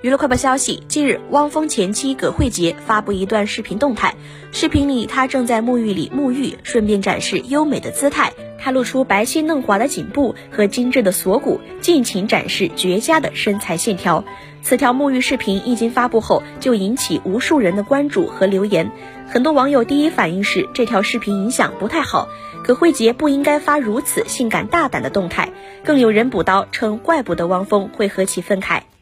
娱乐快报消息，近日汪峰前妻葛慧杰发布一段视频动态，视频里她正在沐浴里沐浴，顺便展示优美的姿态，她露出白皙嫩滑的颈部和精致的锁骨，尽情展示绝佳的身材线条。此条沐浴视频一经发布后，就引起无数人的关注和留言。很多网友第一反应是这条视频影响不太好，葛慧杰不应该发如此性感大胆的动态，更有人补刀称怪不得汪峰会和其分开。